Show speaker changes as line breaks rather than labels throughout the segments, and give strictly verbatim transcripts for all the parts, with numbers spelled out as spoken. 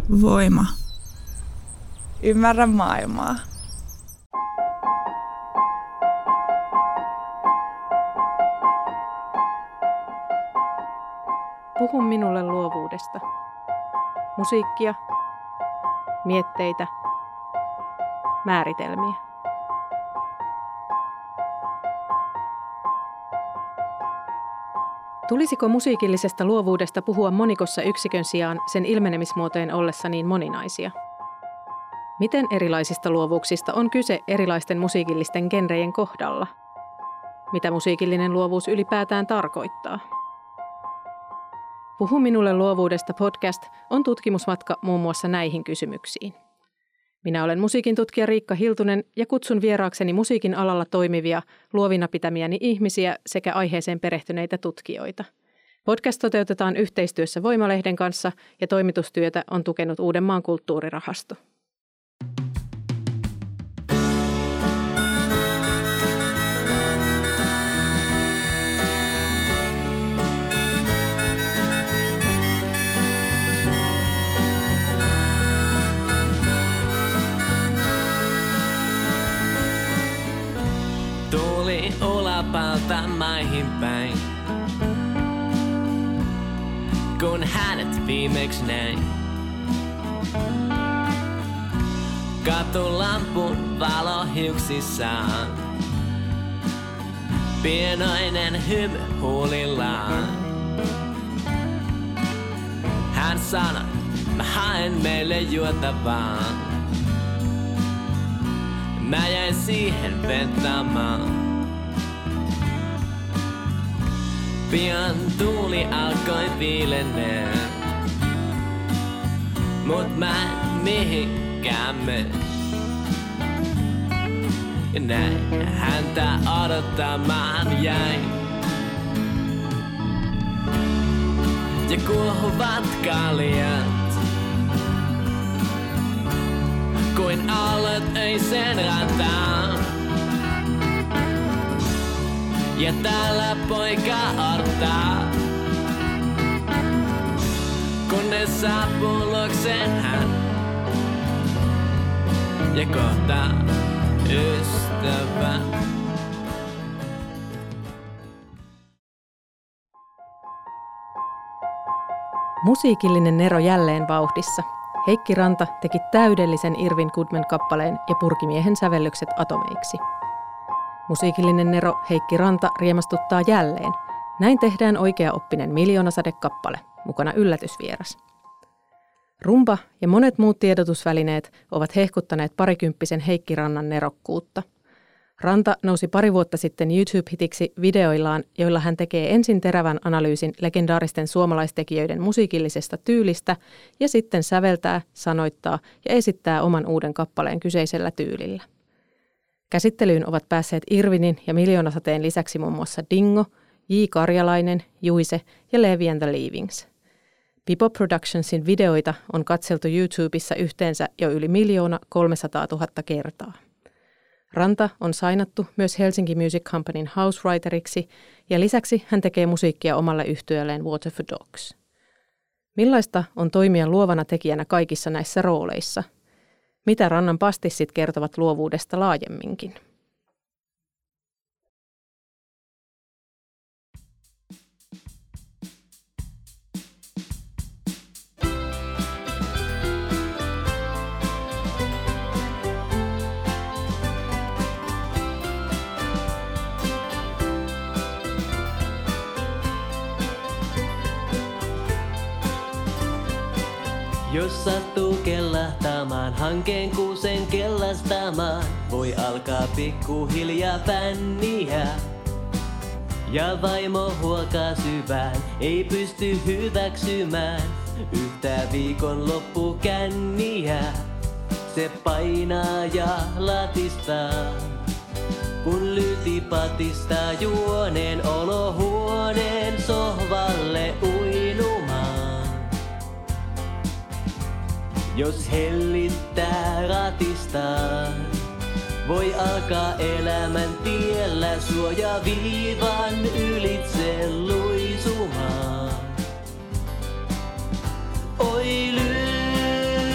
Voima. Ymmärrä maailmaa.
Puhu minulle luovuudesta. Musiikkia, mietteitä, määritelmiä. Tulisiko musiikillisesta luovuudesta puhua monikossa yksikön sijaan sen ilmenemismuotojen ollessa niin moninaisia? Miten erilaisista luovuuksista on kyse erilaisten musiikillisten genrejen kohdalla? Mitä musiikillinen luovuus ylipäätään tarkoittaa? Puhu minulle luovuudesta podcast on tutkimusmatka muun muassa näihin kysymyksiin. Minä olen musiikin tutkija Riikka Hiltunen ja kutsun vieraakseni musiikin alalla toimivia, luovina pitämiäni ihmisiä sekä aiheeseen perehtyneitä tutkijoita. Podcast toteutetaan yhteistyössä Voima-lehden kanssa ja toimitustyötä on tukenut Uudenmaan kulttuurirahasto.
Tuli olapalta maihin päin, kun hänet viimeksi näin. Katulampun valo hiuksissaan, pienoinen hymy huulillaan. Hän sanoi, mä haen meille juotavaa. Mä jäin siihen vetämään. Pian tuuli alkoi viilenee, mut mä en mihinkään mene. Ja näin häntä odottamaan jäin. Ja kuohuvat kaljat kuin aallot öisen rantaan. Ja täällä poika odottaa, kunnes saapuu luokseen hän ja kohtaa ystävän.
Musiikillinen nero jälleen vauhdissa. Heikki Ranta teki täydellisen Irvin Goodman-kappaleen ja purki miehen sävellykset atomeiksi. Musiikillinen nero Heikki Ranta riemastuttaa jälleen. Näin tehdään oikeaoppinen miljoonasadekappale, mukana yllätysvieras. Rumba ja monet muut tiedotusvälineet ovat hehkuttaneet parikymppisen Heikki Rannan nerokkuutta. Ranta nousi pari vuotta sitten YouTube-hitiksi videoillaan, joilla hän tekee ensin terävän analyysin legendaaristen suomalaistekijöiden musiikillisesta tyylistä ja sitten säveltää, sanoittaa ja esittää oman uuden kappaleen kyseisellä tyylillä. Käsittelyyn ovat päässeet Irvinin ja Miljoonasateen lisäksi muun muassa Dingo, J. Karjalainen, Juise ja Levi and the Leavings. Bebop Productionsin videoita on katseltu YouTubessa yhteensä jo yli miljoona kolmesataatuhatta kertaa. Ranta on sainattu myös Helsinki Music Companyn housewriteriksi ja lisäksi hän tekee musiikkia omalle yhtyeelleen Water for Dogs. Millaista on toimia luovana tekijänä kaikissa näissä rooleissa? Mitä Rannan pastissit kertovat luovuudesta laajemminkin?
Jos sattuu kellahtamaan, hankeen kuusen kellastamaan, voi alkaa pikkuhiljaa pänniä. Ja vaimo huokaa syvään, ei pysty hyväksymään yhtä viikon loppukänniä. Se painaa ja latistaa, kun lyyti patistaa juoneen olohuoneen sohvalle uinumaan. Jos hellittää ratistaa, voi alkaa elämän tiellä suojaviivan ylitse luisumaan. Oi lyy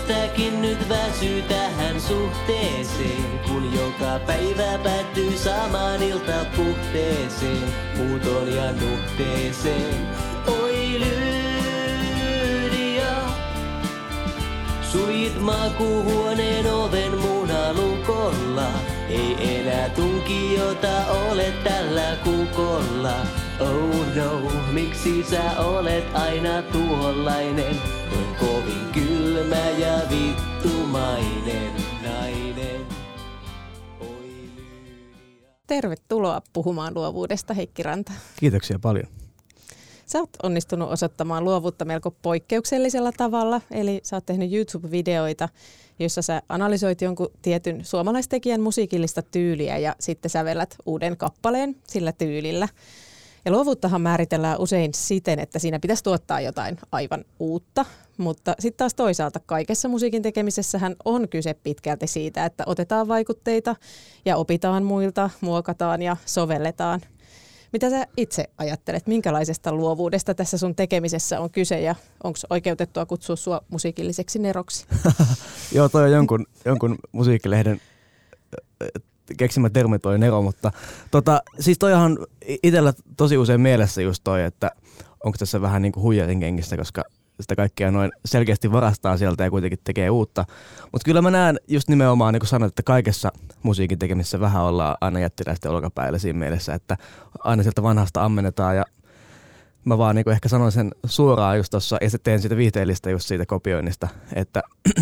Mistäkin nyt väsyy tähän suhteeseen, kun joka päivä päättyy samaan iltapuhteeseen, muuton ja nuhteeseen. Oi Lydia, sujit makuuhuoneen oven munalukolla. Ei enää tunkiota ole tällä kukolla. Oh no, miksi sä olet aina tuollainen? Noin kovin kylmä ja vittumainen nainen. Oi Lydia.
Tervetuloa puhumaan luovuudesta, Heikki Ranta.
Kiitoksia paljon.
Sä oot onnistunut osoittamaan luovuutta melko poikkeuksellisella tavalla, eli sä oot tehnyt YouTube-videoita, joissa sä analysoit jonkun tietyn suomalaistekijän musiikillista tyyliä ja sitten sävellät uuden kappaleen sillä tyylillä. Ja luovuuttahan määritellään usein siten, että siinä pitäisi tuottaa jotain aivan uutta, mutta sitten taas toisaalta kaikessa musiikin tekemisessähän on kyse pitkälti siitä, että otetaan vaikutteita ja opitaan muilta, muokataan ja sovelletaan. Mitä sä itse ajattelet, minkälaisesta luovuudesta tässä sun tekemisessä on kyse ja onko oikeutettua kutsua sua musiikilliseksi neroksi?
Joo, toi on jonkun, jonkun musiikkilehden keksimä termi toi nero, mutta tota, siis toi on itsellä tosi usein mielessä just toi, että onko tässä vähän niin kuin huijarin kengissä, koska sitä kaikkea noin selkeästi varastaa sieltä ja kuitenkin tekee uutta. Mutta kyllä mä näen just nimenomaan, niin kuin sanoit, että kaikessa musiikin tekemisessä vähän ollaan aina jättiläisten olkapäillä siinä mielessä, että aina sieltä vanhasta ammennetaan ja mä vaan niin kuin ehkä sanoin sen suoraan just tossa ja sitten teen siitä viihteellistä just siitä kopioinnista, että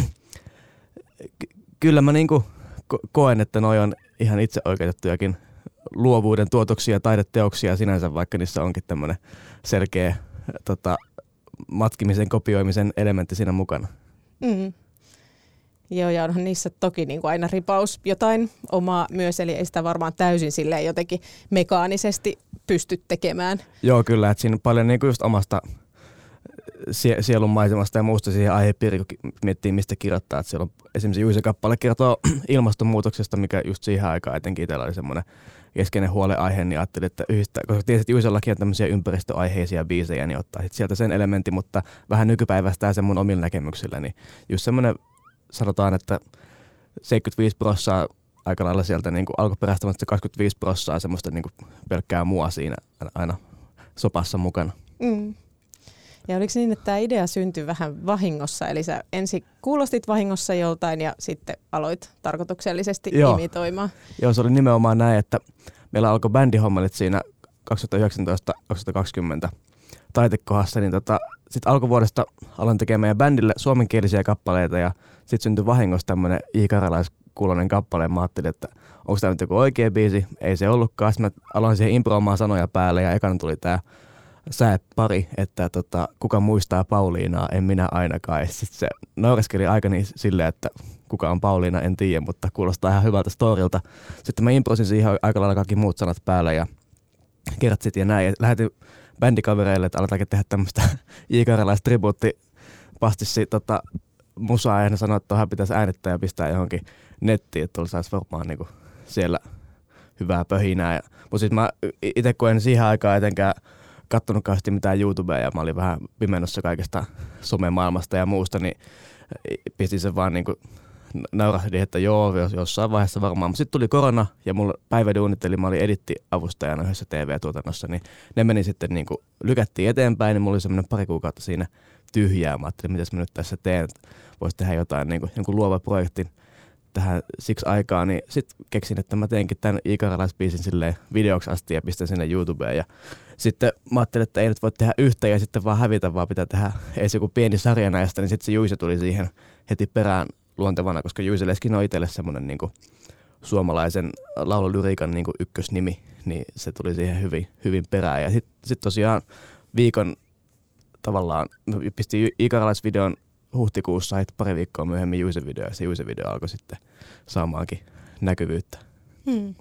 kyllä mä niin kuin koen, että noi on ihan itse oikeutettujakin luovuuden tuotoksia, taideteoksia sinänsä, vaikka niissä onkin tämmöinen selkeä tota, matkimisen, kopioimisen elementti siinä mukana. Mm.
Joo, ja onhan niissä toki niin kuin aina ripaus jotain omaa myös, eli ei sitä varmaan täysin silleen jotenkin mekaanisesti pysty tekemään.
Joo, kyllä, että siinä on paljon niin kuin just omasta sie- sielun maisemasta ja muusta siihen aihepiiriin, kun miettii mistä kirjoittaa. Että siellä on esimerkiksi Juise-kappale kertoo ilmastonmuutoksesta, mikä just siihen aikaan etenkin itsellä oli semmoinen keskeinen huolenaihe, niin ajattelin, että yhdistää, koska tiesit, että Juisellakin on tämmöisiä ympäristöaiheisia biisejä, niin ottaa sieltä sen elementin, mutta vähän nykypäivästää sen mun omilla näkemyksillä, niin just semmoinen, sanotaan, että seitsemänkymmentäviisi prosenttia aika lailla sieltä niin kuin alkuperäistä, mutta kaksikymmentäviisi prosenttia semmoista niin kuin pelkkää mua siinä aina sopassa mukana. Mm.
Ja oliko niin, että tämä idea syntyi vähän vahingossa, eli sä ensin kuulostit vahingossa joltain ja sitten aloit tarkoituksellisesti Joo. imitoimaan?
Joo, se oli nimenomaan näin, että meillä alkoi bändihommelit siinä kaksituhattayhdeksäntoista kaksituhattakaksikymmentä taitekohdassa, niin tota, sitten alkuvuodesta aloin tekemään meidän bändille suomenkielisiä kappaleita ja sitten syntyi vahingossa tämmöinen J. Karjalaiskuuloinen kappale. Mä ajattelin, että onko tämä nyt joku oikea biisi? Ei se ollutkaan. Sitten mä aloin siihen improamaan sanoja päälle ja ekana tuli tämä sää pari, että tota, kuka muistaa Pauliinaa, en minä ainakaan. Sitten se naureskeli aika niin silleen, että kuka on Pauliina, en tiedä, mutta kuulostaa ihan hyvältä storilta. Sitten mä improsin siihen aika lailla kaikki muut sanat päälle ja kertsit ja näin. Ja lähetin bändikavereille, että aletaankin tehdä tämmöistä J. Karjalaista tribuuttipastissi tota, musaa ja ne sanoi, että tuohon pitäisi äänittää ja pistää johonkin nettiin, että saisi varmaan niinku siellä hyvää pöhinää. Mutta sitten mä itse kun en siihen aikaan etenkään kattonut kauheasti mitään YouTubea ja mä olin vähän pimennossa kaikesta somemaailmasta ja muusta, niin pistin sen vaan niinku naurahdin, että joo, jossain vaiheessa varmaan. Mutta sitten tuli korona ja mulla päiväduunit, eli mä olin edittiavustajana yhdessä T V-tuotannossa, niin ne meni sitten niinku, lykättiin eteenpäin, niin mulla oli semmoinen pari kuukautta siinä tyhjää. Mä ajattelin, mitäs mä nyt tässä teen, että voisi tehdä jotain, niinku, jonkun luova projektin tähän siksi aikaa, niin sitten keksin, että mä teinkin tämän J. Karjalaisbiisin silleen videoksi asti ja pistän sinne YouTubeen. Ja sitten mä ajattelin, että ei nyt voi tehdä yhtä ja sitten vaan hävitä, vaan pitää tehdä edes joku pieni sarja näistä, niin sitten se Juise tuli siihen heti perään luontevana, koska Juise Leskin on itselle semmoinen niinku suomalaisen laululyriikan niinku ykkösnimi, niin se tuli siihen hyvin, hyvin perään. Ja sitten sit tosiaan viikon tavallaan, pistin J. Karjalaisvideon huhtikuussa, heti pari viikkoa myöhemmin Juise-video, ja se Juise-video alkoi sitten saamaankin näkyvyyttä. Hmm.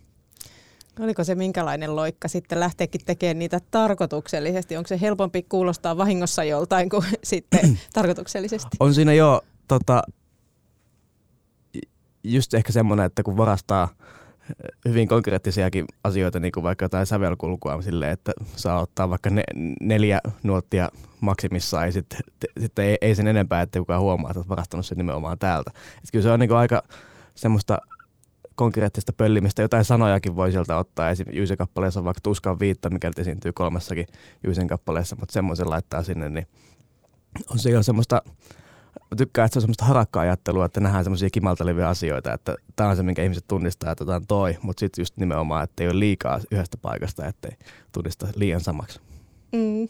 Oliko se minkälainen loikka sitten lähteekin tekemään niitä tarkoituksellisesti? Onko se helpompi kuulostaa vahingossa joltain kuin sitten tarkoituksellisesti?
On siinä jo tota, just ehkä semmoinen, että kun varastaa hyvin konkreettisiakin asioita, niin kuin vaikka jotain sävelkulkua silleen, että saa ottaa vaikka ne, neljä nuottia maksimissaan ja sitten sit ei, ei sen enempää, että kukaan huomaa, että olet varastanut sen nimenomaan täältä. Et kyllä se on niin kuin aika semmoista konkreettista pöllimistä. Jotain sanojakin voi sieltä ottaa. Esimerkiksi Juisen kappaleessa on vaikka Tuskan viitta, mikä esiintyy kolmessakin Juisen kappaleessa, mutta semmoisen laittaa sinne, niin on se jo semmoista, tykkään, että se on semmoista harakka-ajattelua, että nähdään semmoisia kimaltelevia asioita, että tämä on se, minkä ihmiset tunnistaa, että otetaan toi, mutta sitten just nimenomaan, että ei ole liikaa yhdestä paikasta, ettei tunnista liian samaksi.
Mm.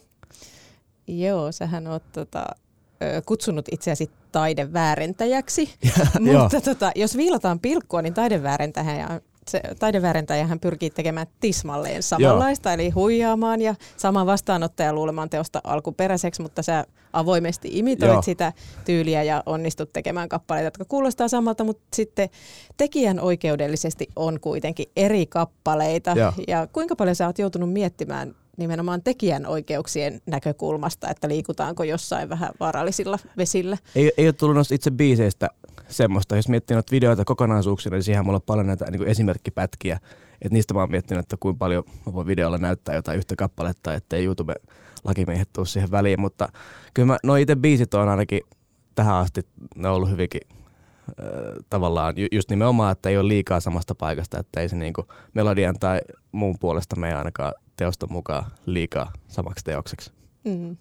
Joo, sähän oot tota, kutsunut itseäsi taideväärentäjäksi, mutta tota, jos viilataan pilkkua, niin taideväärentäjä, se, taideväärentäjähän pyrkii tekemään tismalleen samanlaista, Joo. eli huijaamaan ja saman vastaanottajan luulemaan teosta alkuperäiseksi, mutta sä avoimesti imitoit Joo. sitä tyyliä ja onnistut tekemään kappaleita, jotka kuulostaa samalta, mutta sitten tekijän oikeudellisesti on kuitenkin eri kappaleita. Joo. Ja kuinka paljon sä oot joutunut miettimään nimenomaan tekijän oikeuksien näkökulmasta, että liikutaanko jossain vähän vaarallisilla vesillä?
Ei, ei ole tullut noista itse biiseistä semmoista. Jos miettii noita videoita kokonaisuuksina, niin siihen mulla on paljon näitä niin kuin esimerkkipätkiä. Et niistä mä oon miettinyt, että kuinka paljon mä voin videolla näyttää jotain yhtä kappaletta, ettei YouTube-lakimiehet tuu siihen väliin. Mutta kyllä mä, no itse biisit on ainakin tähän asti, ne on ollut hyvinkin äh, tavallaan ju, just nimenomaan, että ei ole liikaa samasta paikasta, että ei se niin kuin melodian tai muun puolesta me ei ainakaan teoston mukaan liikaa samaksi teokseksi.
Mm.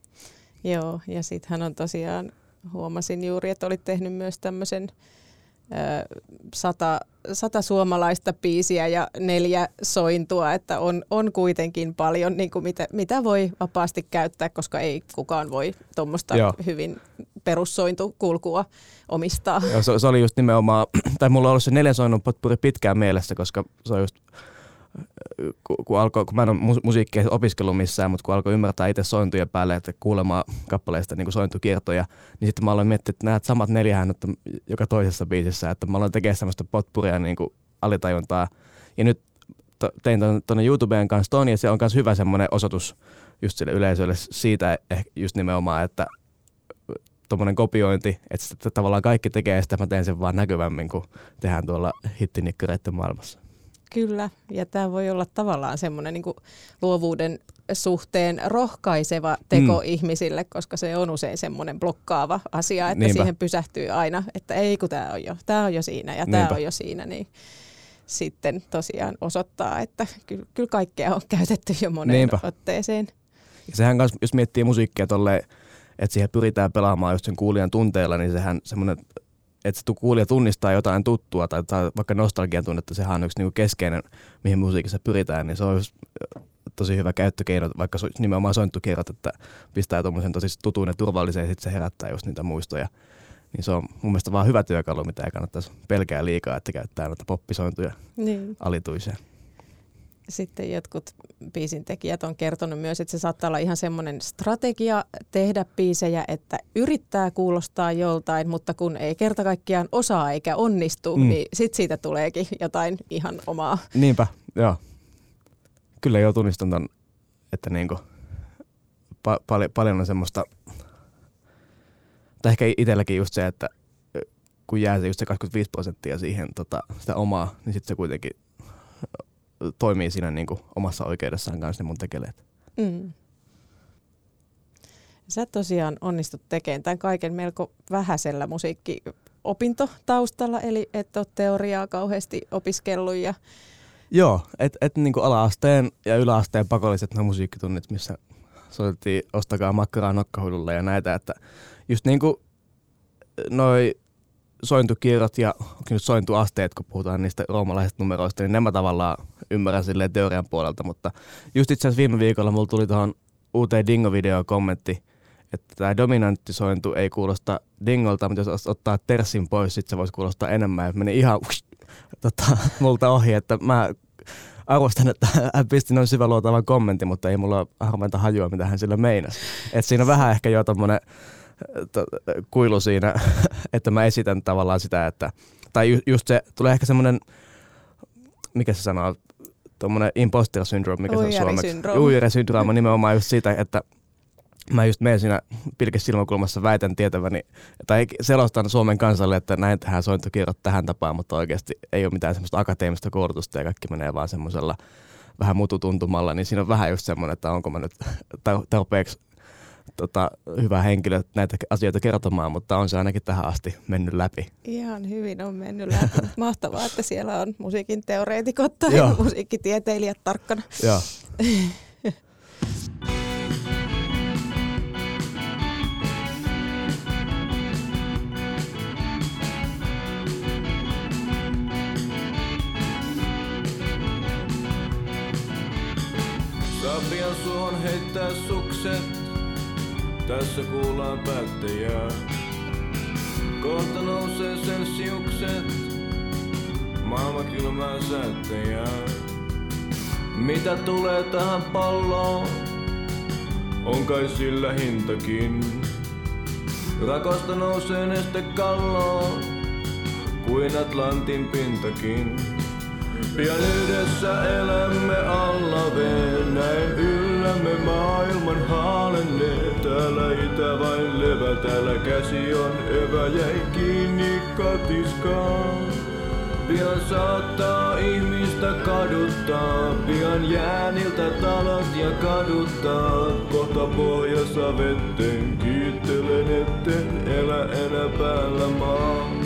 Joo, ja sittenhän on tosiaan, huomasin juuri, että olit tehnyt myös tämmöisen ö, sata, sata suomalaista biisiä ja neljä sointua, että on, on kuitenkin paljon, niin kuin mitä, mitä voi vapaasti käyttää, koska ei kukaan voi tuommoista hyvin perussointukulkua omistaa.
Joo, se, se oli just nimenomaan, tai mulla on ollut se neljän soinnun potpuri pitkään mielessä, koska se on just Kun, kun, alkoi, kun mä en ole musiikkia opiskellut missään, mutta kun alkoi ymmärtää itse sointuja päälle, että kuulemaan kappaleista niin sointukiertoja, niin sitten mä aloin miettiä, että nämä samat neljähän että joka toisessa biisissä, että mä aloin tekemään semmoista potpuria niin kuin alitajuntaa. Ja nyt to, tein tuonne YouTubeen kanssa ton, ja se on myös hyvä semmoinen osoitus just sille yleisölle siitä ehkä just nimenomaan, että tuommoinen kopiointi, että sitä tavallaan kaikki tekee, sitä mä teen sen vaan näkyvämmin, kun tehdään tuolla hittinikkareiden maailmassa.
Kyllä, ja tämä voi olla tavallaan semmoinen niin kuin luovuuden suhteen rohkaiseva teko mm. ihmisille, koska se on usein semmoinen blokkaava asia, että Niinpä. siihen pysähtyy aina, että ei kun tämä on jo, tämä on jo siinä ja tämä on jo siinä, niin sitten tosiaan osoittaa, että kyllä, kyllä kaikkea on käytetty jo moneen Niinpä. otteeseen.
Ja sehän kanssa, jos miettii musiikkia tolleen, että siihen pyritään pelaamaan just sen kuulijan tunteella, niin sehän semmoinen, että se kuulija tunnistaa jotain tuttua tai, tai vaikka nostalgian tunnetta, sehän on yksi niinku keskeinen, mihin musiikissa pyritään, niin se on tosi hyvä käyttökeino, vaikka nimenomaan sointukierrot, että pistää tuommoisen tosi tutun ja turvallisen ja sitten se herättää just niitä muistoja. Niin se on mun mielestä vaan hyvä työkalu, mitä ei kannattaisi pelkää liikaa, että käyttää noita poppisointuja niin. alituiseen.
Sitten jotkut biisintekijät on kertonut myös, että se saattaa olla ihan semmoinen strategia tehdä biisejä, että yrittää kuulostaa joltain, mutta kun ei kerta kaikkiaan osaa eikä onnistu, mm. niin sitten siitä tuleekin jotain ihan omaa.
Niinpä, joo. Kyllä jo tunnistan ton, että niinku pa- pal- paljon on semmoista, tai ehkä itselläkin just se, että kun jää se just se kaksikymmentäviisi prosenttia siihen tota, sitä omaa, niin sitten se kuitenkin toimii siinä niin kuin omassa oikeudessaan kanssa ne mun tekeleet. Mm.
Sä tosiaan onnistut tekemään tämän kaiken melko vähäisellä musiikkiopintotaustalla, eli et ole teoriaa kauheasti opiskellut. Ja
Joo, että et niin kuin ala-asteen ja yläasteen pakolliset ne musiikkitunnit, missä soitettiin Ostakaa makkaraa nokkahuilulla ja näitä, että just niin kuin noi sointukierrot ja nyt sointuasteet, kun puhutaan niistä roomalaisista numeroista, niin nämä tavallaan ymmärrän silleen teorian puolelta, mutta just itse asiassa viime viikolla mulla tuli tuohon uuteen Dingo-videoon kommentti, että tämä dominanttisointu ei kuulosta Dingolta, mutta jos ottaa tersin pois, sitten se voisi kuulostaa enemmän. Ja meni ihan tota, multa ohi, että mä arvostan, että hän pisti noin syväluotavan kommentin, mutta ei mulla ole harvainta hajua, mitä hän sillä meinasi. Että siinä on vähän ehkä jo tommonen to, kuilu siinä, että mä esitän tavallaan sitä, että tai ju, just se, tulee ehkä semmoinen, mikä se sanoo, tommonen imposter syndrome, mikä se on suomeksi.
Uijari-syndrooma.
Uijari-syndrooma nimenomaan just siitä, että mä just menen siinä pilkes silmäkulmassa väitän tietäväni, tai selostan Suomen kansalle, että näin tehdään sointukierrot tähän tapaan, mutta oikeasti ei ole mitään semmoista akateemista koulutusta ja kaikki menee vaan semmoisella vähän mututuntumalla, niin siinä on vähän just semmoinen, että onko mä nyt tarpeeksi tota, hyvä henkilö näitä asioita kertomaan, mutta on se ainakin tähän asti mennyt läpi.
Ihan hyvin on mennyt läpi. Mahtavaa, että siellä on musiikin teoreetikot tai musiikkitieteilijät tarkkana.
Joo.
Saa pian suohon heittää sukset, tässä kuullaan päättäjää. Kohta nousee sen siukset, maailma kylmää säättäjää. Mitä tulee tähän palloon, on kai sillä hintakin. Rakosta nousee nestekalloon, kuin Atlantin pintakin. Pian yhdessä elämme alla veen, näin yllämme maailman haalenne. Täällä itä vain levä, täällä käsi on evä, jäi kiinni katiskaan. Pian saattaa ihmistä kaduttaa, pian jääniltä talot ja kaduttaa. Kohta pohjassa vetten, kiittelen etten elä enää päällä maa.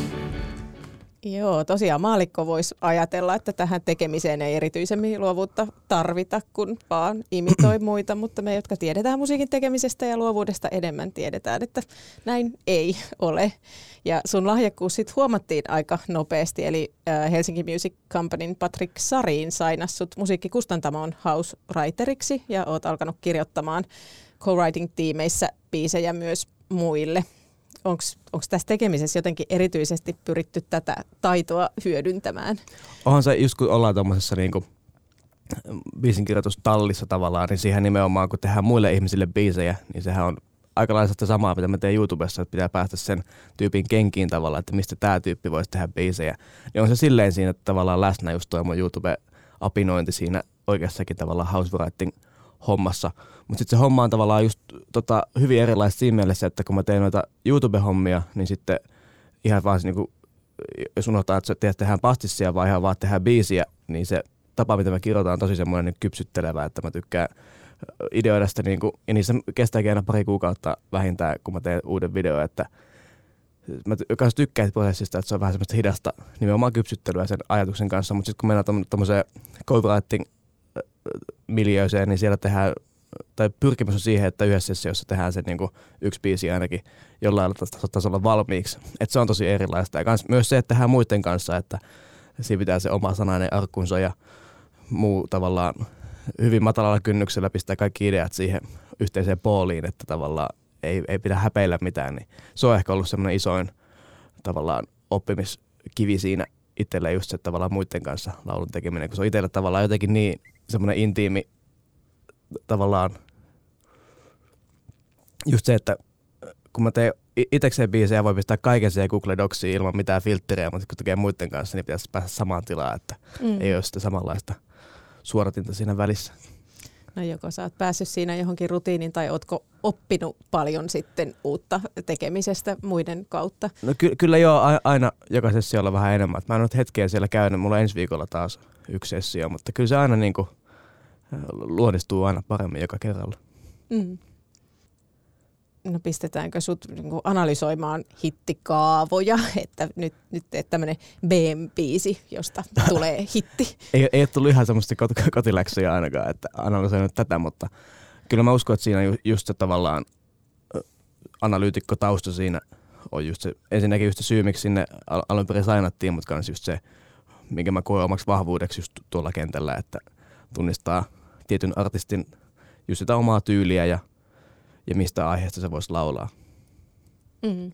Joo, tosiaan maallikko voisi ajatella, että tähän tekemiseen ei erityisemmin luovuutta tarvita, kun vaan imitoi muita, mutta me, jotka tiedetään musiikin tekemisestä ja luovuudesta enemmän, tiedetään, että näin ei ole. Ja sun lahjakkuus sitten huomattiin aika nopeasti, eli Helsinki Music Companyn Patrick Sarin sainassut musiikkikustantamon house writeriksi ja oot alkanut kirjoittamaan co-writing-tiimeissä biisejä myös muille. Onko tässä tekemisessä jotenkin erityisesti pyritty tätä taitoa hyödyntämään?
Onhan se, just kun ollaan tuommoisessa niinku biisinkirjoitustallissa tavallaan, niin siihen nimenomaan, kun tehdään muille ihmisille biisejä, niin sehän on aika lailla sitä samaa, mitä mä teen YouTubessa, että pitää päästä sen tyypin kenkiin tavallaan, että mistä tämä tyyppi voisi tehdä biisejä. Niin on se silleen siinä, että tavallaan läsnä just tuo mun YouTube-apinointi siinä oikeassakin tavallaan housewriting hommassa. Mutta sitten se homma on tavallaan just tota, hyvin erilaista siinä mielessä, että kun mä teen noita YouTube-hommia, niin sitten ihan vaan niinku, jos unohtaa, että se tehdään pastissia, vaan ihan vaan tehdään biisiä, niin se tapa, mitä mä kirjoitan, on tosi semmoinen niin kypsyttelevä, että mä tykkään ideoida sitä, niinku, ja niissä kestääkin aina pari kuukautta vähintään, kun mä teen uuden videon, että mä kanssa tykkään prosessista, että se on vähän semmoista hidasta nimenomaan kypsyttelyä sen ajatuksen kanssa, mutta sitten kun mennään tommoseen co-writing miljööseen, niin siellä tehdään, tai pyrkimys on siihen, että yhdessä sessiossa tehdään se niinku yksi biisi ainakin jollain tasolla valmiiksi. Et se on tosi erilaista. Ja kans, myös se, että tehdään muiden kanssa, että siinä pitää se oma sanainen arkkunsa ja muu tavallaan hyvin matalalla kynnyksellä pistää kaikki ideat siihen yhteiseen pooliin, että tavallaan ei, ei pidä häpeillä mitään. Niin se on ehkä ollut semmoinen isoin tavallaan oppimiskivi siinä itselle just se tavallaan muiden kanssa laulun tekeminen, kun se on itselle tavallaan jotenkin niin semmoinen intiimi tavallaan just se, että kun mä teen itekseen biisejä, voi pistää kaiken siihen Google Docsiin ilman mitään filtteriä, mutta kun tekee muiden kanssa, niin pitäisi päästä samaan tilaan, että mm. ei ole sitä samanlaista suoratinta siinä välissä.
No joko sä oot päässyt siinä johonkin rutiiniin tai ootko oppinut paljon sitten uutta tekemisestä muiden kautta?
No ky- kyllä joo, aina joka sessiolla vähän enemmän. Mä en ole hetkeä siellä käynyt, mulla on ensi viikolla taas yksi sessio, mutta kyllä se aina niinku luonnistuu aina paremmin joka kerralla.
Mm. No pistetäänkö sut niinku analysoimaan hittikaavoja, että nyt, nyt teet tämmönen B M-biisi, josta tulee hitti?
ei, ei ole tullut ihan semmoista kot- kotiläksyjä ainakaan, että analysoin tätä, mutta kyllä mä uskon, että siinä ju- just se tavallaan analyytikko tausta siinä on just se, ensinnäkin just se syy, miksi sinne al- alun perin sainattiin, mutta myös just se, minkä mä koen omaksi vahvuudeksi just tuolla kentällä, että tunnistaa tietyn artistin just sitä omaa tyyliä ja ja mistä aiheesta se voisi laulaa.
Mm.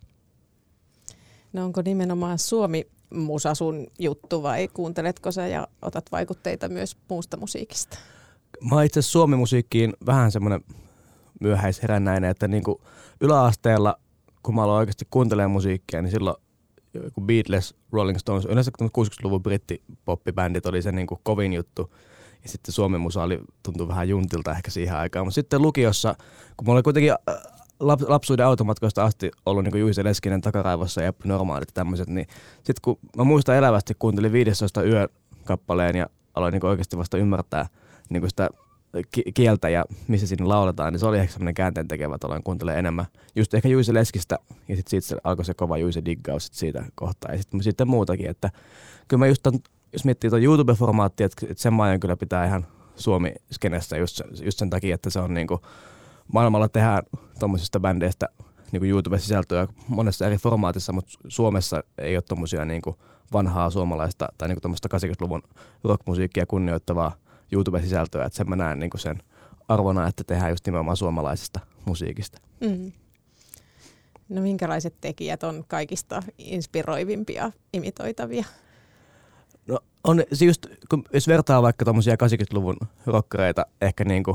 No onko nimenomaan Suomi-musa sun juttu vai kuunteletko sä ja otat vaikutteita myös muusta musiikista?
Mä oon itse asiassa Suomi-musiikkiin vähän semmoinen myöhäisherännäinen, että niinku yläasteella, kun mä aloin oikeasti kuuntelemaan musiikkia, niin silloin joku Beatles, Rolling Stones, yleensä kuusikymmentäluvun brittipoppibändit oli se niinku kovin juttu. Ja sitten Suomen musa oli, tuntui vähän juntilta ehkä siihen aikaan. Mutta sitten lukiossa, kun mulla oli kuitenkin lapsuuden automatkoista asti ollut niin kuin Juise Leskinen takaraivossa ja Eppu Normaalit ja tämmöiset, niin sitten kun mä muistan elävästi, kuuntelin viidestoista yö kappaleen ja aloin niin kuin oikeasti vasta ymmärtää niin kuin sitä kieltä ja missä siinä lauletaan, niin se oli ehkä semmoinen käänteen tekevä, että aloin kuuntelemaan enemmän. Just ehkä Juise Leskistä ja sitten siitä alkoi se kova Juise diggaus siitä kohtaa ja sitten sitten muutakin, että kyllä mä just ton, jos miettii tuon YouTube-formaattia, että, että sen maailman kyllä pitää ihan Suomi-skenessä just, just sen takia, että se on niinku maailmalla tehdään tommosista bändeistä niinku YouTube-sisältöä monessa eri formaatissa, mutta Suomessa ei ole tommosia niinku vanhaa suomalaista tai niinku tommoista kahdeksankymmentäluvun rockmusiikkia kunnioittavaa YouTube-sisältöä, että sen mä näen niinku sen arvona, että tehdään just nimenomaan suomalaisesta musiikista.
Mm. No minkälaiset tekijät on kaikista inspiroivimpia, imitoitavia?
No on se just, kun jos vertaa vaikka tommosia kahdeksankymmentäluvun rockereita ehkä niinku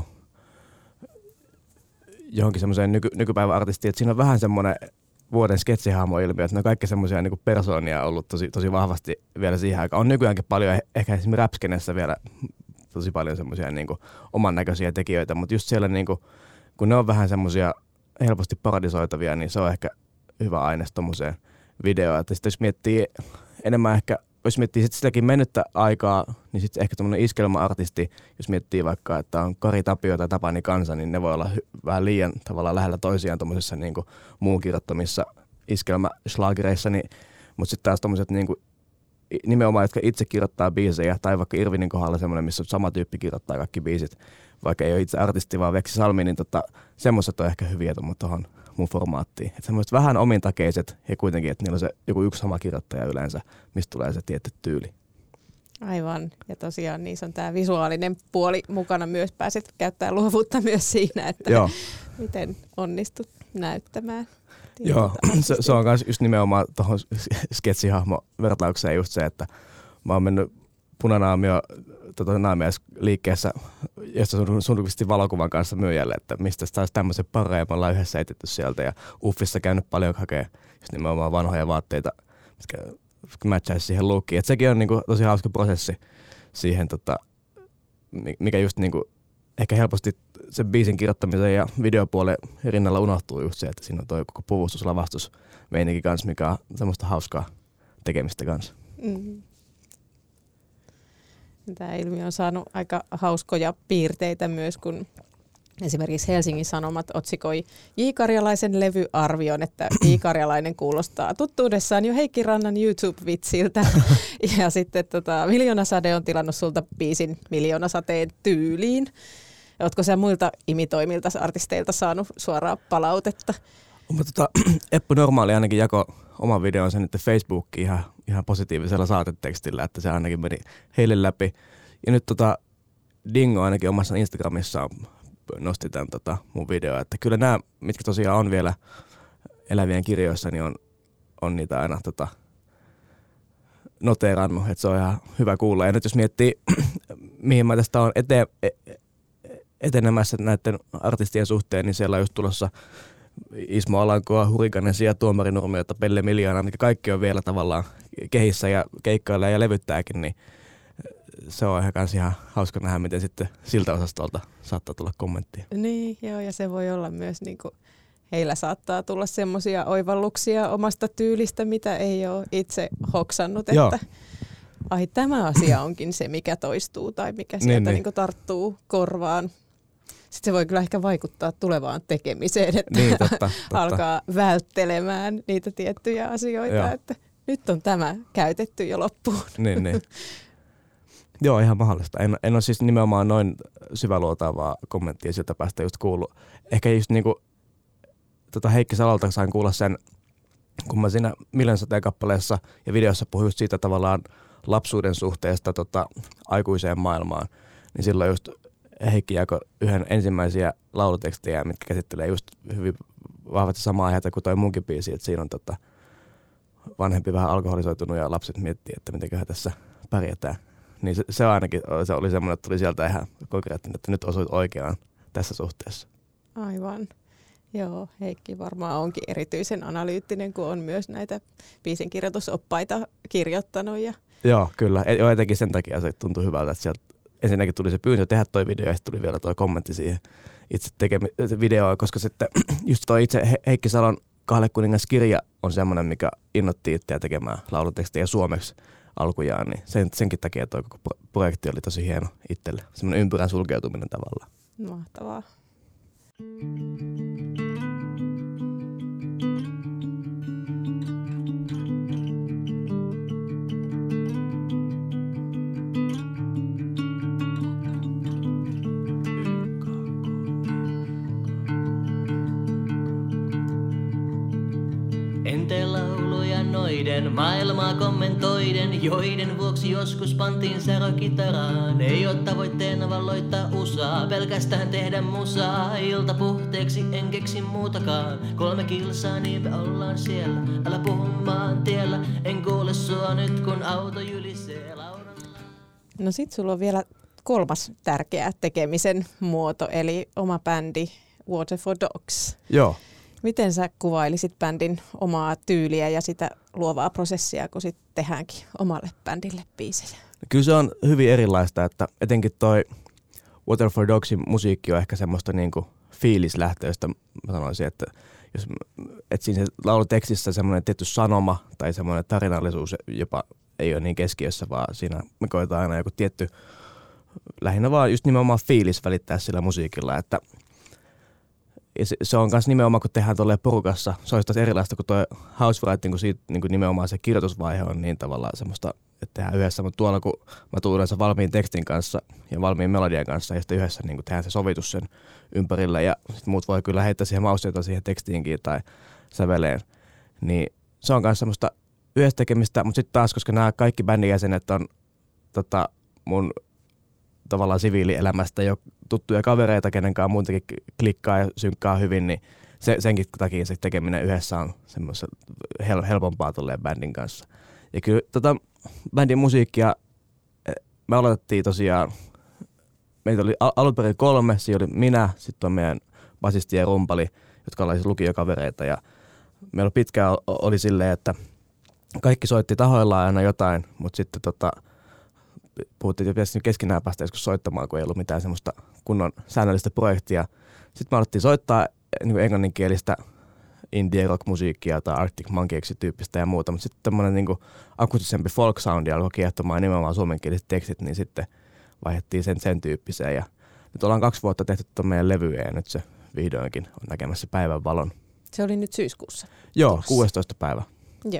johonkin semmoiseen nyky, nykypäivän artistiin, että siinä on vähän semmoinen vuoden sketsihahmo-ilmiö, että ne on kaikki semmoisia niinku persoonia ollut tosi, tosi vahvasti vielä siihen aikaan. On nykyäänkin paljon, ehkä esimerkiksi rap-skenessä vielä tosi paljon semmoisia niinku oman näköisiä tekijöitä, mutta just siellä niinku, kun ne on vähän semmoisia helposti paradisoitavia, niin se on ehkä hyvä aines tommoseen videoon. Että sitten jos miettii enemmän ehkä, jos miettii sit sitäkin mennyttä aikaa, niin sitten ehkä tommonen iskelma-artisti, jos miettii vaikka, että on Kari Tapio tai Tapani Kansa, niin ne voi olla hy- vähän liian tavallaan lähellä toisiaan tommosessa niinku muun kirjoittamissa iskelma-schlagereissa, niin, mutta sitten taas tommoset niinku nimenomaan, jotka itse kirjoittaa biisejä, tai vaikka Irvinin kohdalla semmoinen, missä sama tyyppi kirjoittaa kaikki biisit, vaikka ei ole itse artisti, vaan Veksi Salmi, niin tota, semmoiset on ehkä hyviä tuohon mun formaattiin. Että semmoiset vähän omintakeiset ja kuitenkin, että niillä on se joku yksi sama kirjoittaja yleensä, mistä tulee se tietty tyyli.
Aivan. Ja tosiaan niissä on tämä visuaalinen puoli mukana myös. Pääset käyttämään luovuutta myös siinä, että Joo. miten onnistut näyttämään.
Joo, se, se on myös just nimenomaan tuohon sketsihahmo-vertaukseen just se, että mä oon mennyt Punanaamio tota, naamiaisliikkeessä, josta suunnilleen valokuvan kanssa myyjälle, että mistä saisi tämmöisen pareen, me ollaan yhdessä etetty sieltä ja Uffissa käynyt paljon hakea just nimenomaan vanhoja vaatteita, mitkä matchaisi siihen lookiin. Et sekin on niinku tosi hauska prosessi siihen, tota, mikä just niinku ehkä helposti sen biisin kirjoittamisen ja videopuolen rinnalla unohtuu just se, että siinä on toi koko puvustuslavastus meininki kanssa, mikä on semmoista hauskaa tekemistä kanssa.
Mm. Tämä ilmiö on saanut aika hauskoja piirteitä myös, kun esimerkiksi Helsingin Sanomat otsikoi J. Karjalaisen levyarvion, että J. Karjalainen kuulostaa tuttuudessaan jo Heikki Rannan YouTube-vitsiltä. Ja sitten tota, Miljoonasade on tilannut sulta biisin Miljoonasateen tyyliin. Oletko sä muilta imitoimilta artisteilta saanut suoraa palautetta?
Mutta tota, Eppu Normaali ainakin jako oman videonsa nyt Facebookiin ihan, ihan positiivisella saatetekstillä, että se ainakin meni heille läpi. Ja nyt tota, Dingo ainakin omassa Instagramissaan nosti tämän tota, mun videoa, että kyllä nämä, mitkä tosiaan on vielä elävien kirjoissa, niin on, on niitä aina tota, noteerannut, että se on ihan hyvä kuulla. Ja nyt jos miettii, mihin mä tästä on eteen, etenemässä näiden artistien suhteen, niin siellä on just tulossa Ismo Alankoa, Hurrikanesia, Tuomari Nurmiota, Pelle Miljoona, mitkä kaikki on vielä tavallaan kehissä ja keikkailla ja levyttääkin, niin se on ehkä kans ihan hauska nähdä, miten sitten siltä osastolta saattaa tulla kommenttia.
Niin, joo, ja se voi olla myös niinku, heillä saattaa tulla semmoisia oivalluksia omasta tyylistä, mitä ei ole itse hoksannut, että joo. ai tämä asia onkin se, mikä toistuu tai mikä sieltä niin, niin. Niinku tarttuu korvaan. Sitten se voi kyllä ehkä vaikuttaa tulevaan tekemiseen, että
niin, totta, totta.
alkaa välttelemään niitä tiettyjä asioita, joo. että nyt on tämä käytetty jo loppuun.
Niin, niin. Joo, ihan mahdollista. En, en ole siis nimenomaan noin syväluotaavaa kommenttia siltä päästä just kuullut. Ehkä just niinku tota Heikki Salalta sain kuulla sen, kun mä siinä Miljoonsateen kappaleessa ja videossa puhuin just siitä tavallaan lapsuuden suhteesta tota, aikuiseen maailmaan, niin silloin just Heikki jakoi yhden ensimmäisiä laulutekstejä, mitkä käsittelee just hyvin vahvasti samaa aihetta kuin toi munkin biisi, että siinä on tota vanhempi vähän alkoholisoitunut ja lapset miettii, että mitenköhän tässä pärjätään. Niin se, se ainakin se oli semmoinen, että tuli sieltä ihan konkreettinen, että nyt osuit oikeaan tässä suhteessa. Aivan.
Joo, Heikki varmaan onkin erityisen analyyttinen, kun on myös näitä biisin kirjoitusoppaita kirjoittanut. Ja
joo, kyllä. Etenkin sen takia se tuntui hyvältä, että sieltä ensinnäkin tuli se pyyntö tehdä toi video ja sitten tuli vielä toi kommentti siihen itse tekemi- videoon, koska sitten just toi itse He- Heikki Salon Kahle kuningas -kirja on semmoinen, mikä innoitti itseä tekemään laulutekstejä suomeksi alkujaan, niin sen, senkin takia toi koko projekti oli tosi hieno itselle. Semmoinen ympyrän sulkeutuminen tavallaan.
Mahtavaa.
En tee lauluja noiden maailmaa kommentoiden, joiden vuoksi joskus pantiin särö kitaraan. Ei oo tavoitteena valloittaa usaa, pelkästään tehdä musaa. Ilta puhteeksi en keksi muutakaan. Kolme kilsaa niin me ollaan siellä. Älä puhu maantiellä, en kuule sua nyt kun auto jylisee laudan.
No sit sulla on vielä kolmas tärkeä tekemisen muoto, eli oma bändi Water for Dogs.
Joo.
Miten sä kuvailisit bändin omaa tyyliä ja sitä luovaa prosessia, kun sit tehdäänkin omalle bändille biisejä?
Kyllä se on hyvin erilaista, että etenkin toi Water for Dogsin musiikki on ehkä semmoista niinku fiilislähtöistä. Mä sanoisin, että, jos, että siinä laulutekstissä semmoinen tietty sanoma tai semmoinen tarinallisuus jopa ei ole niin keskiössä, vaan siinä me koetaan aina joku tietty, lähinnä vaan just nimenomaan fiilis välittää sillä musiikilla, että ja se, se on myös nimenomaan, kun tehdään tolleen porukassa, se olisi taas erilaista kuin tuo house writing, kun siitä niin kuin nimenomaan se kirjoitusvaihe on niin tavallaan semmoista, että tehdään yhdessä, mutta tuolla kun mä tulen yleensä valmiin tekstin kanssa ja valmiin melodian kanssa ja sitten yhdessä niin kuin tehdään se sovitus sen ympärillä ja sitten muut voi kyllä heittää siihen mausteita siihen tekstiinkin tai säveleen, niin se on myös semmoista yhdessä tekemistä, mutta sitten taas, koska nämä kaikki bändin jäsenet on tota, mun tavallaan siviilielämästä jo tuttuja kavereita, kenenkaan muutenkin klikkaa ja synkkaa hyvin, niin se, senkin takia se tekeminen yhdessä on semmoista hel- helpompaa tulleen bändin kanssa. Ja kyllä tota, bändin musiikkia me aloitettiin tosiaan, meitä oli al- alun perin kolme, siinä oli minä, sitten on meidän basisti ja rumpali, jotka oli siis lukiokavereita ja meillä pitkään oli silleen, että kaikki soitti tahoillaan aina jotain, mutta sitten tota, puhuttiin, että pitäisi keskenään päästä joskus soittamaan, kun ei ollut mitään semmoista kunnon säännöllistä projektia. Sitten me alettiin soittaa niin englanninkielistä indie rock-musiikkia tai Arctic Monkeys-tyyppistä ja muuta, mutta sitten tämmöinen niin akustisempi folk soundi alkoi kiehtomaan nimenomaan suomenkieliset tekstit, niin sitten vaihdettiin sen sen tyyppiseen. Ja nyt ollaan kaksi vuotta tehty tuon meidän levyä ja nyt se vihdoinkin on näkemässä päivän valon.
Se oli nyt syyskuussa.
Joo,
tulossa.
kuudestoista päivä.
Joo.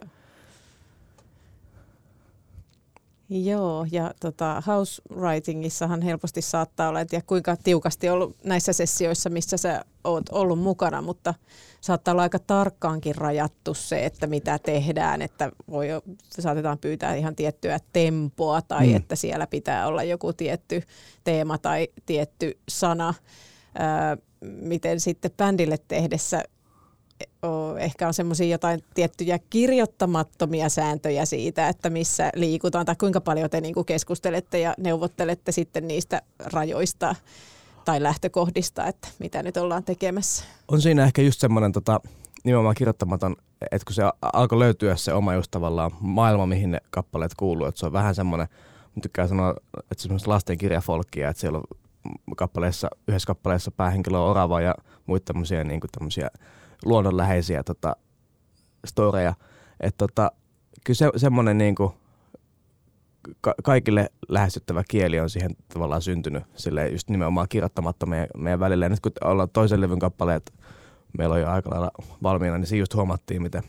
Joo, ja tota, house writingissahan helposti saattaa olla, en tiedä kuinka tiukasti ollut näissä sessioissa, missä sä oot ollut mukana, mutta saattaa olla aika tarkkaankin rajattu se, että mitä tehdään, että voi, saatetaan pyytää ihan tiettyä tempoa tai mm. että siellä pitää olla joku tietty teema tai tietty sana. Ää, miten sitten bändille tehdessä ehkä on semmoisia jotain tiettyjä kirjoittamattomia sääntöjä siitä, että missä liikutaan tai kuinka paljon te niinku keskustelette ja neuvottelette sitten niistä rajoista tai lähtökohdista, että mitä nyt ollaan tekemässä. On
siinä ehkä just semmoinen tota, nimenomaan kirjoittamaton, että kun se alkoi löytyä se oma just tavallaan maailma, mihin ne kappaleet kuuluu, että se on vähän semmoinen, mä tykkään sanoa, että se on semmoista lastenkirjafolkkia, että siellä on kappaleessa, yhdessä kappaleessa päähenkilö on orava ja muita tämmöisiä niin kuin tämmöisiä luonnonläheisiä tota, storeja. Että tota, kyllä se, semmoinen niinku ka- kaikille lähestyttävä kieli on siihen tavallaan syntynyt silleen just nimenomaan kirjoittamatta meidän, meidän välillä. Ja nyt kun ollaan toisen levyn kappaleet, meillä on jo aika lailla valmiina, niin siinä just huomattiin, miten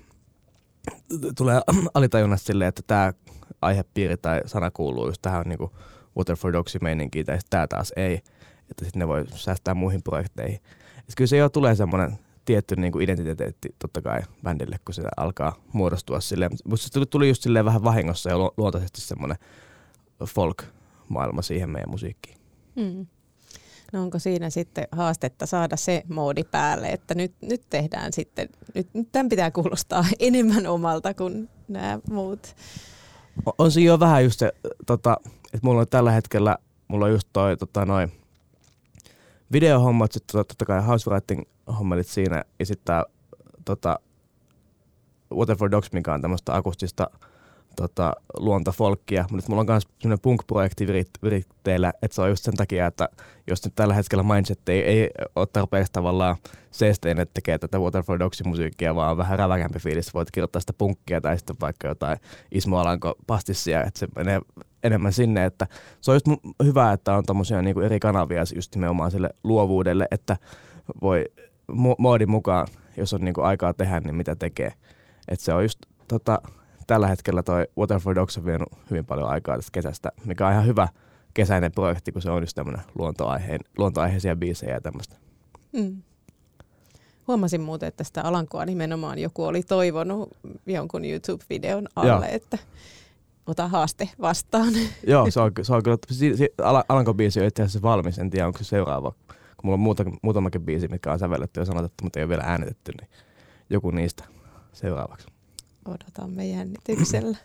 tulee alitajunnasta silleen, että tämä aihepiiri tai sana kuuluu just tähän niinku Water for Dogsin meininkiin, tai sitten tämä taas ei, että sitten ne voi säästää muihin projekteihin. Et kyllä se jo tulee semmoinen tietty niin kuin identiteetti totta kai bändille, kun se alkaa muodostua silleen. Mutta se tuli just silleen vähän vahingossa ja luontaisesti semmoinen folk-maailma siihen meidän musiikkiin.
Hmm. No onko siinä sitten haastetta saada se moodi päälle, että nyt, nyt tehdään sitten, nyt, nyt tämän pitää kuulostaa enemmän omalta kuin nämä muut?
On, on siinä jo vähän just se, tota, että mulla on tällä hetkellä, mulla on just toi tota, noin videohommat, sitten totta kai house writing hommelit siinä ja sitten tota, Water for Dogs, mikä on tämmöistä akustista tota, luontofolkkia. Mutta mulla on myös sellainen punk-projekti viritteillä, että se on just sen takia, että jos nyt tällä hetkellä mindset ei, ei ole tarpeeksi tavallaan seesteen, että tekee tätä Water for Dogsin musiikkia, vaan on vähän räväkämpi fiilis. Voit kirjoittaa sitä punkkia tai sitten vaikka jotain Ismo Alanko pastissia, että se menee enemmän sinne. Että se on just hyvä, että on tommosia niinku eri kanavia just nimenomaan sille luovuudelle, että voi moodin mukaan, jos on niinku aikaa tehdä, niin mitä tekee. Että se on just tota, tällä hetkellä toi Water for Dogs on vienyt hyvin paljon aikaa tästä kesästä, mikä on ihan hyvä kesäinen projekti, kun se on just tämmöinen luontoaiheen, luontoaiheisia biisejä ja tämmöistä.
Mm. Huomasin muuten, että sitä Alankoa nimenomaan joku oli toivonut jonkun YouTube-videon alle, Joo. että ota haaste vastaan.
Joo, se on, se on kyllä. Si, si, Alanko-biisi on itse asiassa valmis, en tiedä onko se seuraava. Kun mulla on muuta, muutamakin biisi, mitkä on sävelletty ja sanotettu, mutta ei ole vielä äänitetty, niin joku niistä seuraavaksi.
Odotamme jännityksellä.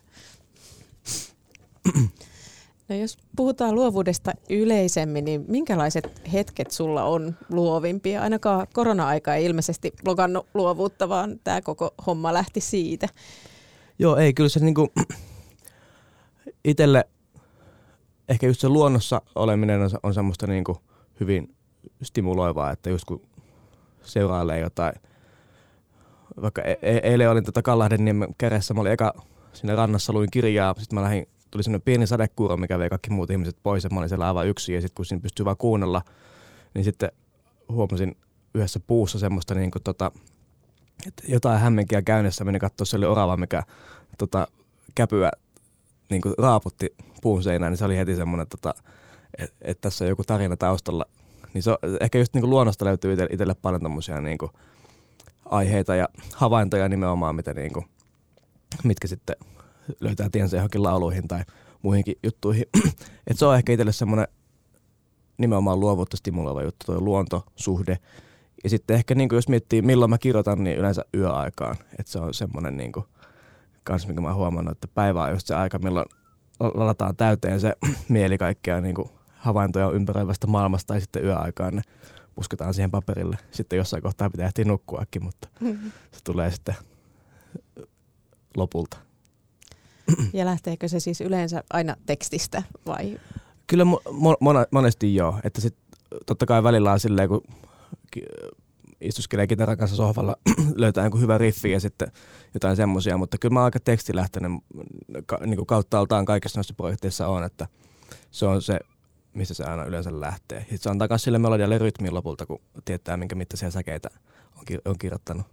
No jos puhutaan luovuudesta yleisemmin, niin minkälaiset hetket sulla on luovimpia? Ainakaan korona-aika ei ilmeisesti blogannut luovuutta, vaan tämä koko homma lähti siitä.
Joo, ei kyllä se niinku itselle ehkä just se luonnossa oleminen on, on semmoista niinku hyvin stimuloivaa, että just kun seurailee jotain. Vaikka e- e- eilen olin tota Kallahdenniemen kädessä, mä olin eka siinä rannassa, luin kirjaa, sitten mä lähdin, tuli semmoinen pieni sadekuuro, mikä vei kaikki muut ihmiset pois ja mä olin siellä aivan yksin ja sitten kun siinä pystyy vaan kuunnella, niin sitten huomasin yhdessä puussa semmoista niinku tota, että jotain hämmenkiä käynnissä, menin katsoa, se oli orava, mikä tota, käpyä niinku raaputti puun seinään, niin se oli heti semmoinen, tota, että et tässä on joku tarina taustalla. Niin se on, ehkä just niinku luonnosta löytyy itselle paljon tommosia niinku aiheita ja havaintoja nimenomaan, mitä niinku, mitkä sitten löytää tiensä johonkin lauluihin tai muihinkin juttuihin. Et se on ehkä itselle semmoinen nimenomaan luovuutta stimuloiva juttu, tuo luontosuhde. Ja sitten ehkä niinku, jos miettii milloin mä kirjoitan, niin yleensä yöaikaan. Et se on semmoinen niinku, kans, minkä mä oon huomannut, että päivä on just se aika, milloin ladataan täyteen se mieli kaikkea niinku havaintoja ympäröivästä maailmasta tai sitten yöaikaan ne pusketaan siihen paperille. Sitten jossain kohtaa pitää ehtiä nukkuakin, mutta mm-hmm. se tulee sitten lopulta.
Ja lähteekö se siis yleensä aina tekstistä vai?
Kyllä mo- mo- monesti joo. Että sit, totta kai välillä on silleen, kun istuskelee kitaran kanssa sohvalla, löytää joku hyvä riffi ja sitten jotain semmosia, mutta kyllä mä oon aika tekstilähtöinen ka- niin kuin kauttaaltaan kaikissa noissa projekteissa on, että se on se, mistä se aina yleensä lähtee. Sitten se antaa myös sille melodialle rytmin lopulta, kun tietää, minkä mittaisia säkeitä on, kir- on kirjoittanut.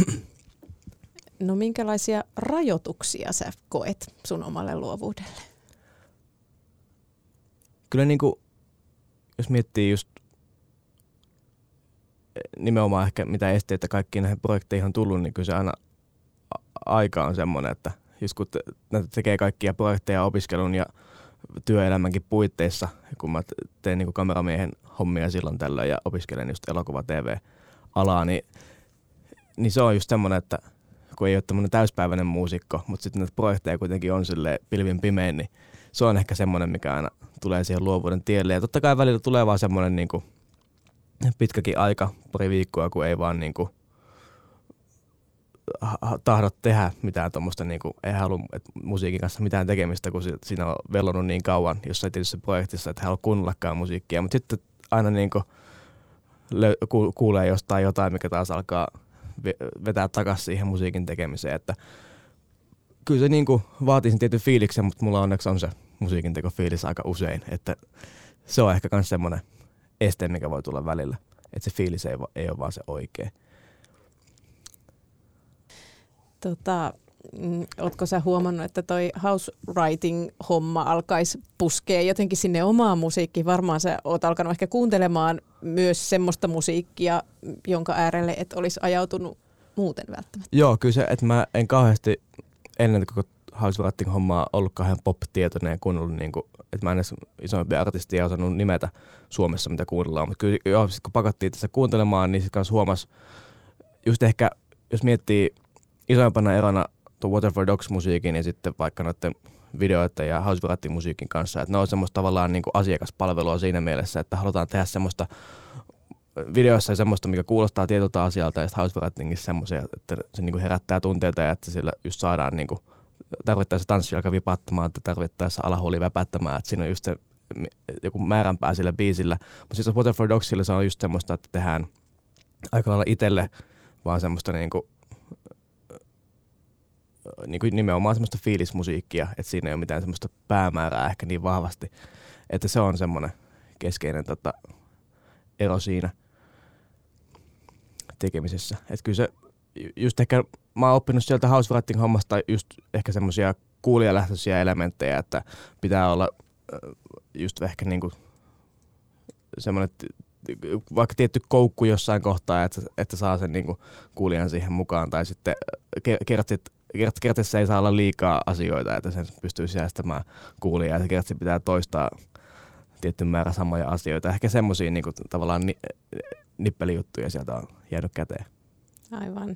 No minkälaisia rajoituksia sä koet sun omalle luovuudelle?
Kyllä niin kuin, jos miettii just nimenomaan ehkä mitä esteitä kaikkiin näihin projekteihin on tullut, niin kyllä se aina aika on semmoinen, että just kun te- tekee kaikkia projekteja opiskelun ja työelämänkin puitteissa, kun mä teen niin kuin kameramiehen hommia silloin tällöin ja opiskelen just elokuva-T V-alaa, niin, niin se on just semmoinen, että kun ei ole tämmöinen täyspäiväinen muusikko, mutta sitten näitä projekteja kuitenkin on silleen pilvin pimein, niin se on ehkä semmoinen, mikä aina tulee siihen luovuuden tielle. Ja totta kai välillä tulee vaan semmoinen niin kuin pitkäkin aika, pari viikkoa, kun ei vaan niin kuin tahdot tehdä mitään tuommoista, niin kuin ei halua musiikin kanssa mitään tekemistä, kun siinä on vellonut niin kauan jossain tietyssä projektissa, että ei halua kuunnellakaan musiikkia. Mutta sitten aina niin kuin löy- ku- kuulee jostain jotain, mikä taas alkaa vetää takaisin siihen musiikin tekemiseen. Että kyllä se niin kuin vaatii sen tietyn fiiliksen, mutta mulla onneksi on se musiikin teko fiilis aika usein. Että se on ehkä myös semmoinen este, mikä voi tulla välillä. Että se fiilis ei, ei ole vaan se oikea.
Tota, mm, ootko sä huomannut, että toi house writing-homma alkaisi puskea jotenkin sinne omaan musiikkiin? Varmaan sä oot alkanut ehkä kuuntelemaan myös semmoista musiikkia, jonka äärelle et olisi ajautunut muuten välttämättä.
Joo, kyllä se, että mä en kauheasti ennen koko house writing-hommaa ollut kauhean pop-tietoinen ja kuunnellut, niin kuin, että mä en edes isompia artistia osannut nimetä Suomessa, mitä kuunnellaan. Mutta kyllä joo, sit kun pakattiin tässä kuuntelemaan, niin sitten kanssa huomasi, just ehkä, jos miettii isoimpana erona tuon Water for Dogs-musiikin ja sitten vaikka noiden videoiden ja house writing-musiikin kanssa, että ne on semmoista tavallaan niin kuin asiakaspalvelua siinä mielessä, että halutaan tehdä semmoista videoissa semmoista, mikä kuulostaa tietyltä asialta ja house writingissa semmoisia, että se niin kuin herättää tunteita ja että sillä just saadaan niin kuin tarvittaessa tanssi alkaa vipattamaan, että tarvittaessa alahuoli väpättämään, että siinä on just se joku määränpää sillä biisillä. Mutta siis Water for Dogsilla se on just semmoista, että tehdään aika lailla itselle vaan semmoista niinku, niinku nimenomaan semmoista fiilismusiikkia, että siinä ei ole mitään semmoista päämäärää ehkä niin vahvasti, että se on semmoinen keskeinen tota, ero siinä tekemisessä. Että kyllä se just ehkä, mä oon oppinut sieltä house writing hommasta just ehkä semmoisia kuulijalähtöisiä elementtejä, että pitää olla just ehkä niinku semmoinen vaikka tietty koukku jossain kohtaa, että, että saa sen niinku kuulijan siihen mukaan, tai sitten kertsit, kert, kertissä ei saa olla liikaa asioita, että sen pystyy säästämään kuulijaa, ja kertsi pitää toistaa tietty määrä samoja asioita. Ehkä semmoisia niinku tavallaan ni, nippelijuttuja sieltä on jäänyt käteen.
Aivan.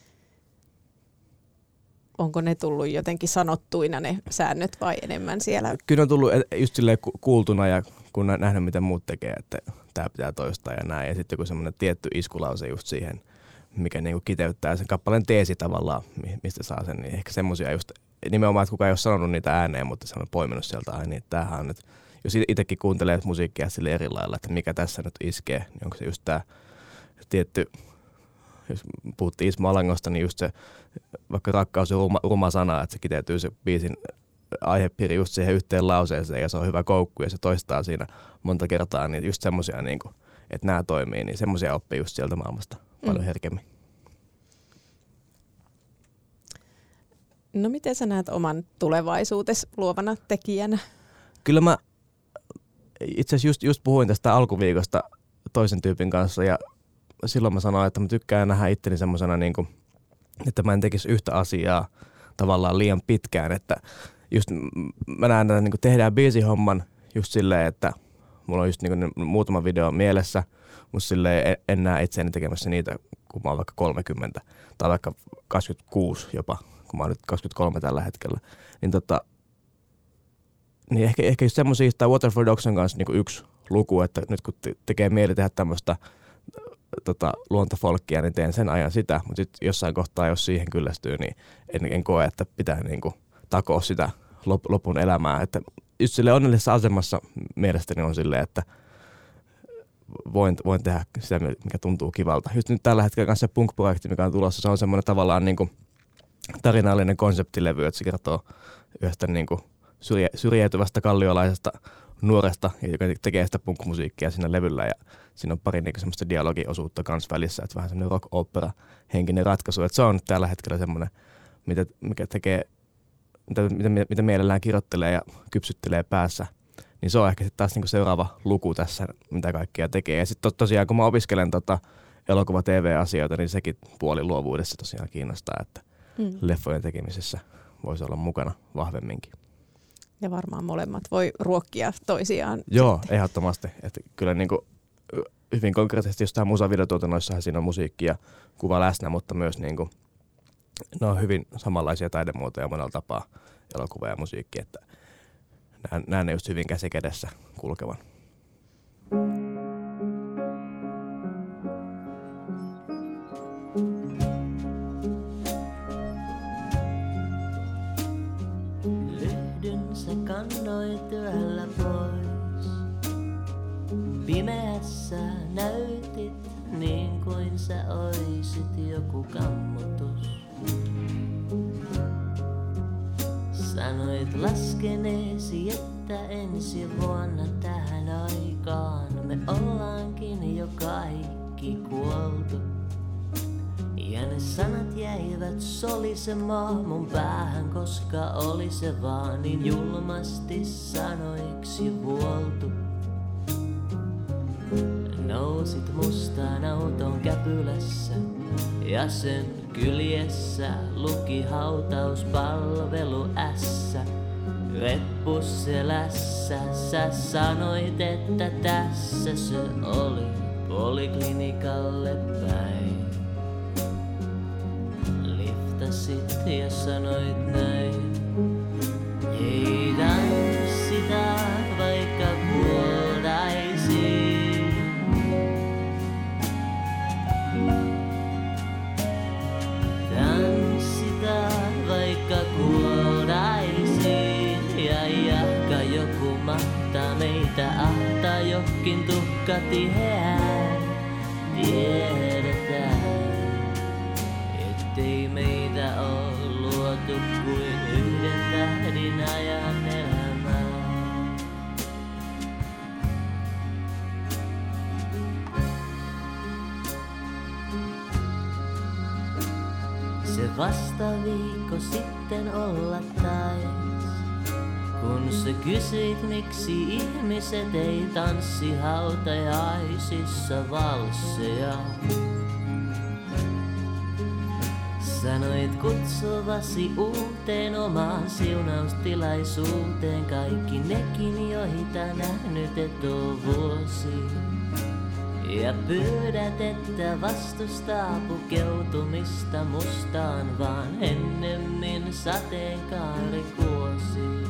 Onko ne tullut jotenkin sanottuina ne säännöt vai enemmän siellä?
Kyllä on tullut just silleen kuultuna ja kun on nähnyt mitä muut tekee, että tämä pitää toistaa ja näin. Ja sitten joku semmoinen tietty iskulause just siihen, mikä niinku kiteyttää sen kappaleen teesi tavallaan, mistä saa sen. Niin ehkä semmoisia just, nimenomaan, että kukaan ei ole sanonut niitä ääneen, mutta se on poiminut sieltä aina, niin tämähän on nyt, jos itsekin kuuntelee musiikkia sille eri lailla, että mikä tässä nyt iskee, niin onko se just tämä tietty, jos puhuttiin Ismo Alangosta, niin just se vaikka rakkaus on ruma, ruma sana, että se kiteytyy se biisin aihepiiri just siihen yhteen lauseeseen ja se on hyvä koukku ja se toistaa siinä monta kertaa, niin just semmoisia, niin kuin, että nämä toimii, niin semmoisia oppii just sieltä maailmasta paljon mm. herkemmin.
No miten sä näet oman tulevaisuutesi luovana tekijänä?
Kyllä mä itse asiassa just, just puhuin tästä alkuviikosta toisen tyypin kanssa ja silloin mä sanoin, että mä tykkään nähdä itteni semmosena, niin kuin, että mä en tekisi yhtä asiaa tavallaan liian pitkään, että just mä näen, että niin kuin tehdään biisihomman just silleen, että mulla on just niin kuin muutama video mielessä, mutta silleen en näe itseäni tekemässä niitä, kun mä oon vaikka kolmekymmentä tai vaikka kaksikymmentäkuusi jopa, kun mä oon nyt kaksikymmentäkolme tällä hetkellä. Niin, tota, niin ehkä, ehkä just semmosia, tai Water for Dogs on kanssa niin kuin yksi luku, että nyt kun te- tekee mieli tehdä tämmöistä tota, luontofolkkia, niin teen sen ajan sitä, mutta sitten jossain kohtaa, jos siihen kyllästyy, niin en, en koe, että pitää niinku takoa sitä lop, lopun elämää. Että just silleen onnellisessa asemassa mielestäni on silleen, että voin, voin tehdä sitä, mikä tuntuu kivalta. Just nyt tällä hetkellä kanssa se punk-projekti, mikä on tulossa, se on semmoinen tavallaan niinku tarinallinen konseptilevy, että se kertoo yhdestä niinku syrjä, syrjäytyvästä kalliolaisesta nuoresta, joka tekee sitä punk-musiikkia siinä levyllä ja siinä on pari niinku semmoista dialogiosuutta kans välissä, että vähän semmoinen rock-opera henkinen ratkaisu, että se on nyt tällä hetkellä semmoinen, mitä, mikä tekee, mitä, mitä, mitä mielellään kirjoittelee ja kypsyttelee päässä, niin se on ehkä sitten taas niinku seuraava luku tässä, mitä kaikkea tekee. Ja sitten to, tosiaan, kun mä opiskelen tota elokuva-T V-asioita, niin sekin puoli luovuudessa tosiaan kiinnostaa, että mm. leffojen tekemisessä voisi olla mukana vahvemminkin.
Ja varmaan molemmat voi ruokkia toisiaan.
Joo,
sitten.
Ehdottomasti. Että kyllä niin kuin, hyvin konkreettisesti jostain musavideotuotannoissahan siinä on musiikki ja kuva läsnä, mutta myös niin kuin, ne on hyvin samanlaisia taidemuotoja monella tapaa, elokuva ja musiikki, että näen ne just hyvin käsi kädessä kulkevan.
Kannoit yöllä pois. Pimeässä näytit niin kuin sä oisit joku kammotus. Sanoit laskeneesi, että ensi vuonna tähän aikaan me ollaankin jo kaikki kuoltu. Ja ne sanat jäivät solisemaan mun päähän, koska oli se vaan niin julmasti sanoiksi vuoltu. Nousit mustaan auton käpylässä ja sen kyljessä luki hautauspalvelu ässä. Reppus selässä sä sanoit, että tässä se oli poliklinikalle päin. Ja sanoit näin, ei tanssita vaikka kuoltaisiin. Tanssita vaikka kuoltaisiin. tuskin tuhka tiheään. Tiedetään, ettei meitä oo luotu kuin yhden tähdin ajan elämää. Se vasta viikko sitten olla tais, kun sä kysyit miksi ihmiset ei tanssi hautajaisissa valsseja. Sanoit kutsuvasi uuteen omaan siunaustilaisuuteen kaikki nekin, joita nähnyt et oo vuosiin. Ja pyydät, että vastustaa pukeutumista mustaan, vaan ennemmin sateenkaarikuosiin.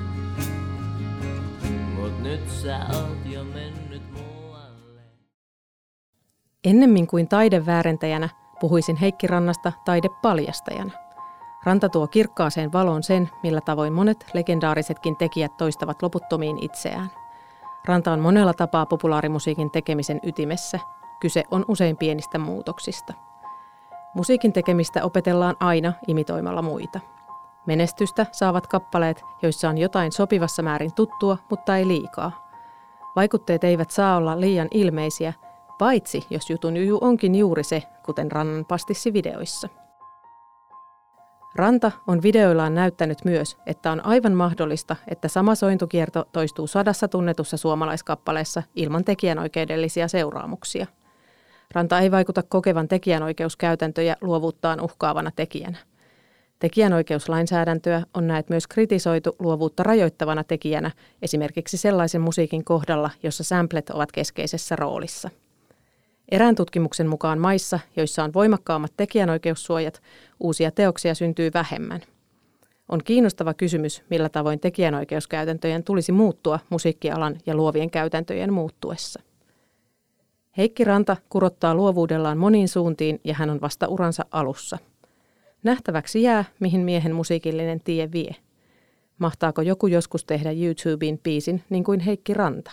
Mut nyt sä oot jo mennyt muualle.
Ennemmin kuin taideväärentäjänä puhuisin Heikki Rannasta taidepaljastajana. Ranta tuo kirkkaaseen valoon sen, millä tavoin monet legendaarisetkin tekijät toistavat loputtomiin itseään. Ranta on monella tapaa populaarimusiikin tekemisen ytimessä. Kyse on usein pienistä muutoksista. Musiikin tekemistä opetellaan aina imitoimalla muita. Menestystä saavat kappaleet, joissa on jotain sopivassa määrin tuttua, mutta ei liikaa. Vaikutteet eivät saa olla liian ilmeisiä, paitsi jos jutun juju onkin juuri se, kuten Rannan pastissivideoissa. Ranta on videoillaan näyttänyt myös, että on aivan mahdollista, että sama sointukierto toistuu sadassa tunnetussa suomalaiskappaleessa ilman tekijänoikeudellisia seuraamuksia. Ranta ei vaikuta kokevan tekijänoikeuskäytäntöjä luovuuttaan uhkaavana tekijänä. Tekijänoikeuslainsäädäntöä on näet myös kritisoitu luovuutta rajoittavana tekijänä, esimerkiksi sellaisen musiikin kohdalla, jossa samplet ovat keskeisessä roolissa. Erään tutkimuksen mukaan maissa, joissa on voimakkaammat tekijänoikeussuojat, uusia teoksia syntyy vähemmän. On kiinnostava kysymys, millä tavoin tekijänoikeuskäytäntöjen tulisi muuttua musiikkialan ja luovien käytäntöjen muuttuessa. Heikki Ranta kurottaa luovuudellaan moniin suuntiin ja hän on vasta uransa alussa. Nähtäväksi jää, mihin miehen musiikillinen tie vie. Mahtaako joku joskus tehdä YouTubeen biisin niin kuin Heikki Ranta?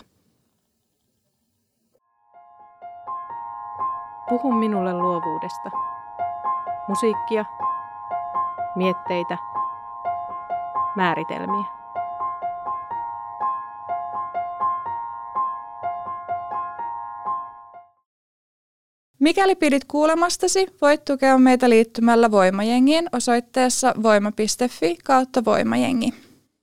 Puhu minulle luovuudesta. Musiikkia, mietteitä, määritelmiä.
Mikäli pidit kuulemastasi, voit tukea meitä liittymällä Voimajengiin osoitteessa voima piste fi kautta voimajengi.